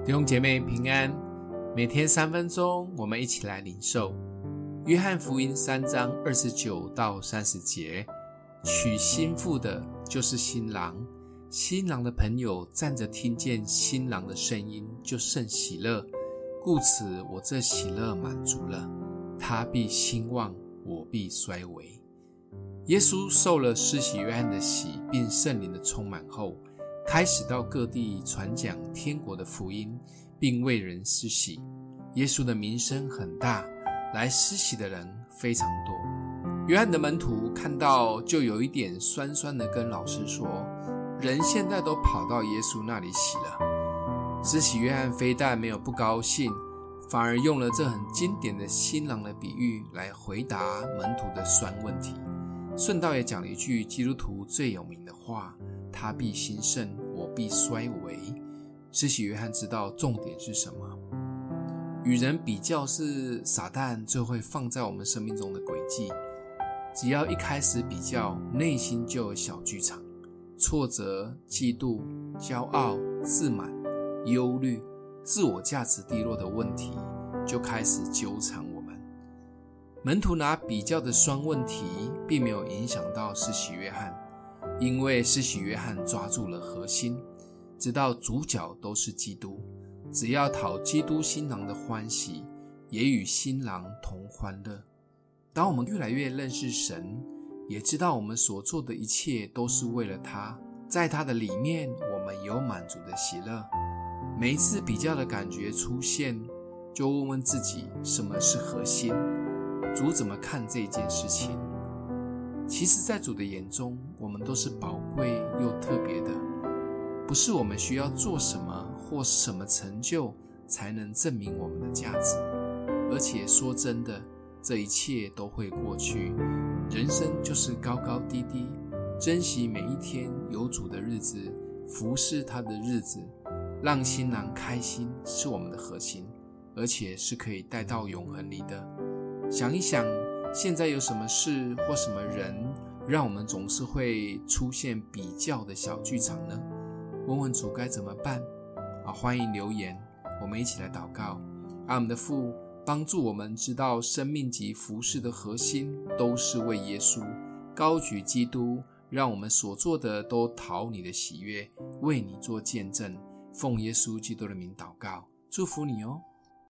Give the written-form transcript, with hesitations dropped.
弟兄姐妹平安，每天3分钟，我们一起来领受约翰福音3章29到30节。娶新妇的就是新郎，新郎的朋友站着听见新郎的声音，就甚喜乐，故此我这喜乐满足了，他必兴旺，我必衰微。耶稣受了施洗约翰的洗，并圣灵的充满后，开始到各地传讲天国的福音，并为人施洗。耶稣的名声很大，来施洗的人非常多。约翰的门徒看到，就有一点酸酸的跟老师说，人现在都跑到耶稣那里洗了。施洗约翰非但没有不高兴，反而用了这很经典的新郎的比喻来回答门徒的酸问题，顺道也讲了一句基督徒最有名的话，他必兴盛，我必衰微。施洗约翰知道重点是什么。与人比较是撒旦最会放在我们生命中的轨迹，只要一开始比较，内心就有小剧场，挫折、嫉妒、骄傲、自满、忧虑、自我价值低落的问题就开始纠缠我们。门徒拿比较的酸问题并没有影响到施洗约翰，因为施洗约翰抓住了核心，知道主角都是基督，只要讨基督新郎的欢喜，也与新郎同欢乐。当我们越来越认识神，也知道我们所做的一切都是为了他，在他的里面我们有满足的喜乐。每一次比较的感觉出现，就问问自己什么是核心，主怎么看这件事情。其实在主的眼中，我们都是宝贵又特别的，不是我们需要做什么或什么成就才能证明我们的价值。而且说真的，这一切都会过去，人生就是高高低低，珍惜每一天有主的日子，服侍他的日子，让新郎开心是我们的核心，而且是可以带到永恒里的。想一想，现在有什么事或什么人让我们总是会出现比较的小剧场呢？问问主该怎么办？欢迎留言，我们一起来祷告。我们的父，帮助我们知道生命及服事的核心都是为耶稣，高举基督，让我们所做的都讨你的喜悦，为你做见证。奉耶稣基督的名祷告，祝福你哦。